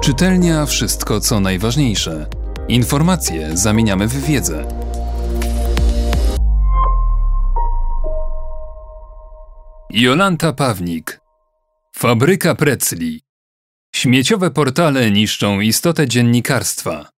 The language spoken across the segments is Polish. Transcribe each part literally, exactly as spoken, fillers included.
Czytelnia wszystko, co najważniejsze. Informacje zamieniamy w wiedzę. Jolanta Pawnik. Fabryka pretzli. Śmieciowe portale niszczą istotę dziennikarstwa.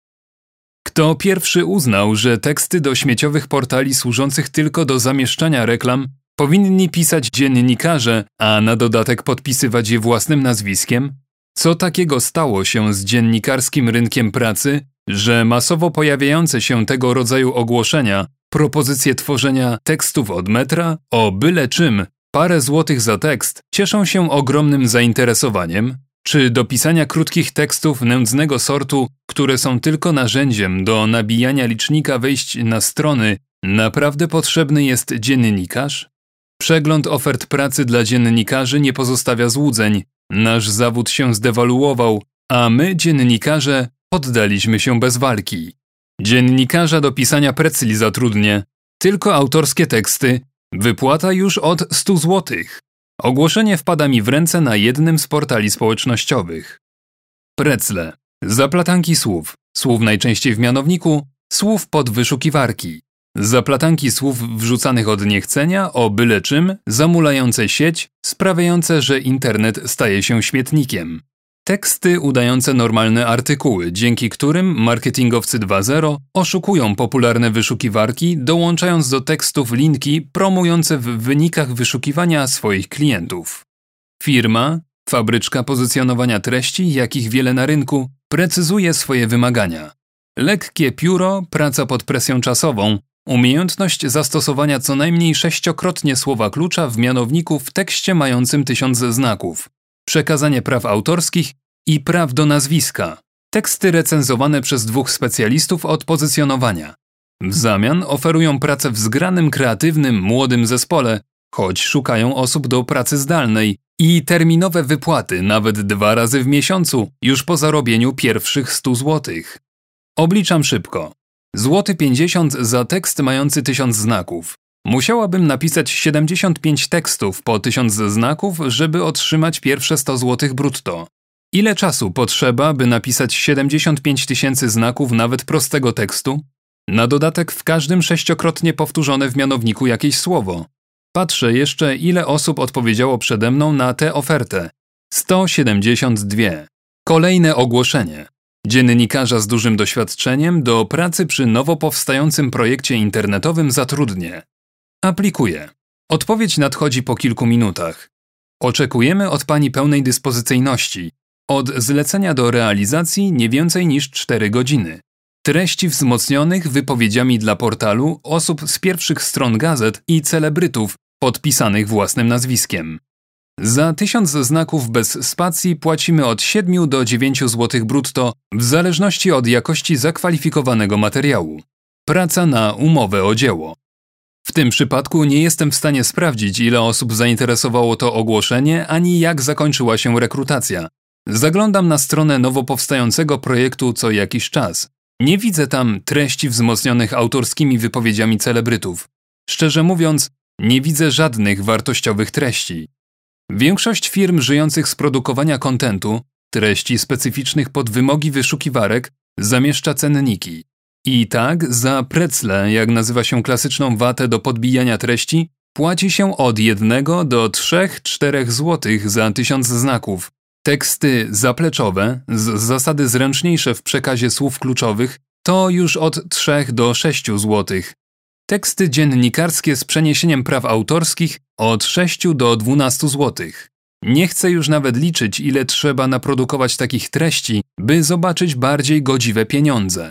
Kto pierwszy uznał, że teksty do śmieciowych portali służących tylko do zamieszczania reklam powinni pisać dziennikarze, a na dodatek podpisywać je własnym nazwiskiem? Co takiego stało się z dziennikarskim rynkiem pracy, że masowo pojawiające się tego rodzaju ogłoszenia, propozycje tworzenia tekstów od metra, o byle czym, parę złotych za tekst, cieszą się ogromnym zainteresowaniem? Czy do pisania krótkich tekstów nędznego sortu, które są tylko narzędziem do nabijania licznika wejść na strony, naprawdę potrzebny jest dziennikarz? Przegląd ofert pracy dla dziennikarzy nie pozostawia złudzeń. Nasz zawód się zdewaluował, a my, dziennikarze, poddaliśmy się bez walki. Dziennikarza do pisania pretzli zatrudnię. Tylko autorskie teksty. Wypłata już od stu złotych. Ogłoszenie wpada mi w ręce na jednym z portali społecznościowych. Pretzle. Zaplatanki słów. Słów najczęściej w mianowniku. Słów pod wyszukiwarki. Zaplatanki słów wrzucanych od niechcenia, o byle czym, zamulające sieć, sprawiające, że internet staje się śmietnikiem. Teksty udające normalne artykuły, dzięki którym marketingowcy dwa zero oszukują popularne wyszukiwarki, dołączając do tekstów linki promujące w wynikach wyszukiwania swoich klientów. Firma, fabryczka pozycjonowania treści, jakich wiele na rynku, precyzuje swoje wymagania. Lekkie pióro, praca pod presją czasową, umiejętność zastosowania co najmniej sześciokrotnie słowa klucza w mianowniku w tekście mającym tysiąc znaków, przekazanie praw autorskich i praw do nazwiska, teksty recenzowane przez dwóch specjalistów od pozycjonowania. W zamian oferują pracę w zgranym, kreatywnym, młodym zespole, choć szukają osób do pracy zdalnej, i terminowe wypłaty nawet dwa razy w miesiącu, już po zarobieniu pierwszych stu złotych. Obliczam szybko. Złoty pięćdziesiąt za tekst mający tysiąc znaków. Musiałabym napisać siedemdziesiąt pięć tekstów po tysiąc znaków, żeby otrzymać pierwsze sto złotych brutto. Ile czasu potrzeba, by napisać siedemdziesiąt pięć tysięcy znaków nawet prostego tekstu? Na dodatek w każdym sześciokrotnie powtórzone w mianowniku jakieś słowo. Patrzę jeszcze, ile osób odpowiedziało przede mną na tę ofertę. sto siedemdziesiąt dwa. Kolejne ogłoszenie. Dziennikarza z dużym doświadczeniem do pracy przy nowo powstającym projekcie internetowym zatrudnię. Aplikuję. Odpowiedź nadchodzi po kilku minutach. Oczekujemy od Pani pełnej dyspozycyjności. Od zlecenia do realizacji nie więcej niż cztery godziny. Treści wzmocnionych wypowiedziami dla portalu osób z pierwszych stron gazet i celebrytów podpisanych własnym nazwiskiem. Za tysiąc znaków bez spacji płacimy od siedmiu do dziewięciu złotych brutto w zależności od jakości zakwalifikowanego materiału. Praca na umowę o dzieło. W tym przypadku nie jestem w stanie sprawdzić, ile osób zainteresowało to ogłoszenie, ani jak zakończyła się rekrutacja. Zaglądam na stronę nowo powstającego projektu co jakiś czas. Nie widzę tam treści wzmocnionych autorskimi wypowiedziami celebrytów. Szczerze mówiąc, nie widzę żadnych wartościowych treści. Większość firm żyjących z produkowania kontentu, treści specyficznych pod wymogi wyszukiwarek, zamieszcza cenniki. I tak za pretzle, jak nazywa się klasyczną watę do podbijania treści, płaci się od jednego do trzech, czterech złotych za tysiąc znaków. Teksty zapleczowe, z zasady zręczniejsze w przekazie słów kluczowych, to już od trzech do sześciu złotych. Teksty dziennikarskie z przeniesieniem praw autorskich od sześciu do dwunastu złotych. Nie chcę już nawet liczyć, ile trzeba naprodukować takich treści, by zobaczyć bardziej godziwe pieniądze.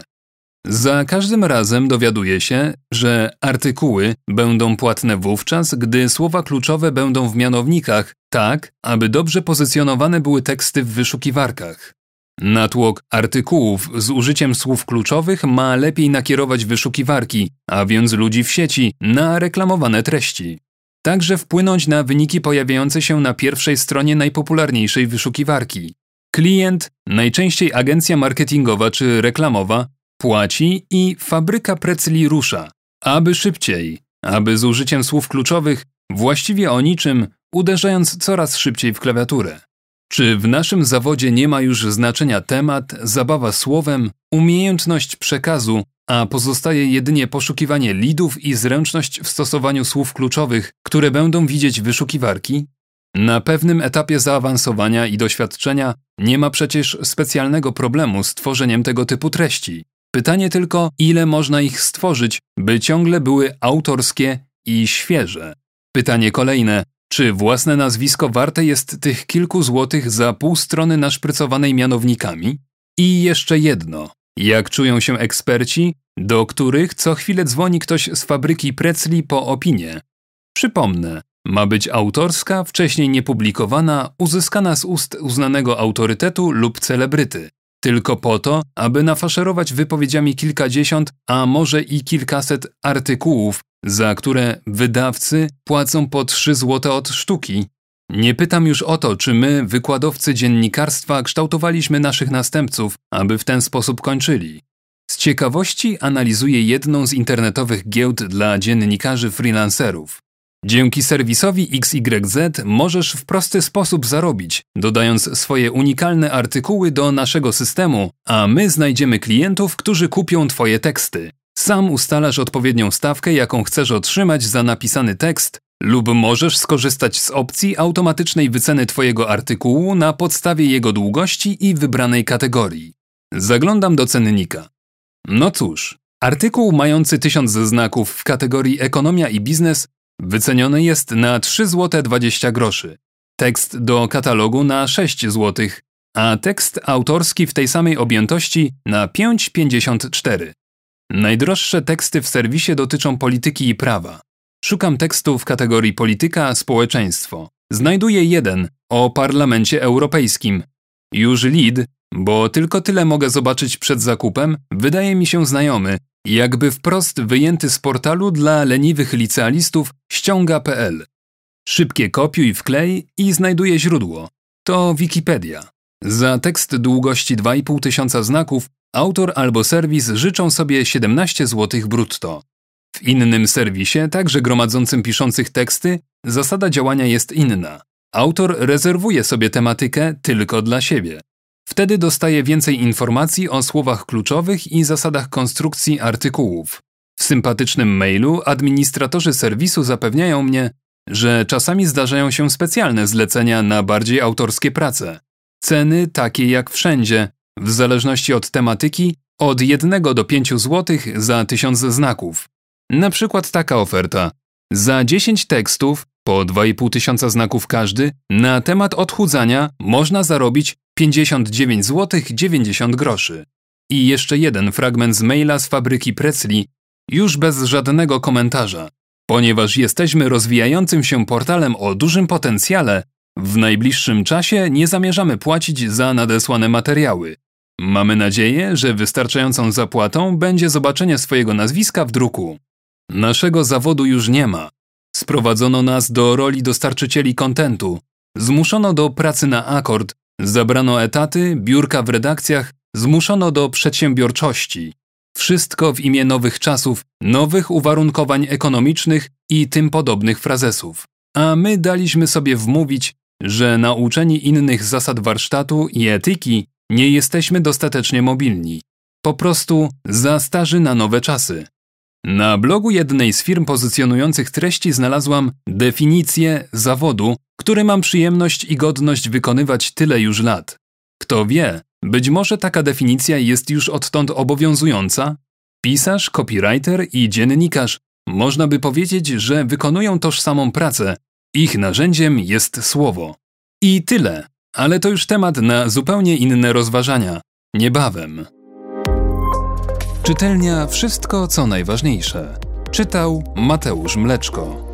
Za każdym razem dowiaduję się, że artykuły będą płatne wówczas, gdy słowa kluczowe będą w mianownikach, tak, aby dobrze pozycjonowane były teksty w wyszukiwarkach. Natłok artykułów z użyciem słów kluczowych ma lepiej nakierować wyszukiwarki, a więc ludzi w sieci, na reklamowane treści. Także wpłynąć na wyniki pojawiające się na pierwszej stronie najpopularniejszej wyszukiwarki. Klient, najczęściej agencja marketingowa czy reklamowa, płaci i fabryka pretzli rusza. Aby szybciej, aby z użyciem słów kluczowych, właściwie o niczym, uderzając coraz szybciej w klawiaturę. Czy w naszym zawodzie nie ma już znaczenia temat, zabawa słowem, umiejętność przekazu, a pozostaje jedynie poszukiwanie leadów i zręczność w stosowaniu słów kluczowych, które będą widzieć wyszukiwarki? Na pewnym etapie zaawansowania i doświadczenia nie ma przecież specjalnego problemu z tworzeniem tego typu treści. Pytanie tylko, ile można ich stworzyć, by ciągle były autorskie i świeże. Pytanie kolejne, czy własne nazwisko warte jest tych kilku złotych za pół strony naszprycowanej mianownikami? I jeszcze jedno. Jak czują się eksperci, do których co chwilę dzwoni ktoś z fabryki Pretzli po opinię? Przypomnę, ma być autorska, wcześniej niepublikowana, uzyskana z ust uznanego autorytetu lub celebryty. Tylko po to, aby nafaszerować wypowiedziami kilkadziesiąt, a może i kilkaset artykułów, za które wydawcy płacą po trzy złote od sztuki. Nie pytam już o to, czy my, wykładowcy dziennikarstwa, kształtowaliśmy naszych następców, aby w ten sposób kończyli. Z ciekawości analizuję jedną z internetowych giełd dla dziennikarzy freelancerów. Dzięki serwisowi X Y Z możesz w prosty sposób zarobić, dodając swoje unikalne artykuły do naszego systemu, a my znajdziemy klientów, którzy kupią Twoje teksty. Sam ustalasz odpowiednią stawkę, jaką chcesz otrzymać za napisany tekst, lub możesz skorzystać z opcji automatycznej wyceny Twojego artykułu na podstawie jego długości i wybranej kategorii. Zaglądam do cennika. No cóż, artykuł mający tysiąc znaków w kategorii ekonomia i biznes wyceniony jest na trzy złote dwadzieścia groszy, tekst do katalogu na sześć złotych, a tekst autorski w tej samej objętości na pięć pięćdziesiąt cztery. Najdroższe teksty w serwisie dotyczą polityki i prawa. Szukam tekstu w kategorii polityka, społeczeństwo. Znajduję jeden o Parlamencie Europejskim. Już lead, bo tylko tyle mogę zobaczyć przed zakupem, wydaje mi się znajomy, jakby wprost wyjęty z portalu dla leniwych licealistów ściąga kropka p l. Szybkie kopiuj, wklej i znajduję źródło. To Wikipedia. Za tekst długości dwa i pół tysiąca znaków autor albo serwis życzą sobie siedemnaście złotych brutto. W innym serwisie, także gromadzącym piszących teksty, zasada działania jest inna. Autor rezerwuje sobie tematykę tylko dla siebie. Wtedy dostaje więcej informacji o słowach kluczowych i zasadach konstrukcji artykułów. W sympatycznym mailu administratorzy serwisu zapewniają mnie, że czasami zdarzają się specjalne zlecenia na bardziej autorskie prace. Ceny takie jak wszędzie, w zależności od tematyki, od jednego do pięciu złotych za tysiąc znaków. Na przykład taka oferta. Za dziesięć tekstów, po dwa i pół tysiąca znaków każdy, na temat odchudzania można zarobić pięćdziesiąt dziewięć złotych dziewięćdziesiąt groszy. I jeszcze jeden fragment z maila z fabryki Pretzli, już bez żadnego komentarza. Ponieważ jesteśmy rozwijającym się portalem o dużym potencjale, w najbliższym czasie nie zamierzamy płacić za nadesłane materiały. Mamy nadzieję, że wystarczającą zapłatą będzie zobaczenie swojego nazwiska w druku. Naszego zawodu już nie ma. Sprowadzono nas do roli dostarczycieli kontentu. Zmuszono do pracy na akord, zabrano etaty, biurka w redakcjach, zmuszono do przedsiębiorczości. Wszystko w imię nowych czasów, nowych uwarunkowań ekonomicznych i tym podobnych frazesów. A my daliśmy sobie wmówić, że nauczeni innych zasad warsztatu i etyki nie jesteśmy dostatecznie mobilni. Po prostu za starzy na nowe czasy. Na blogu jednej z firm pozycjonujących treści znalazłam definicję zawodu, który mam przyjemność i godność wykonywać tyle już lat. Kto wie, być może taka definicja jest już odtąd obowiązująca? Pisarz, copywriter i dziennikarz, można by powiedzieć, że wykonują tożsamą pracę. Ich narzędziem jest słowo. I tyle, ale to już temat na zupełnie inne rozważania. Niebawem. Czytelnia Wszystko, co najważniejsze. Czytał Mateusz Mleczko.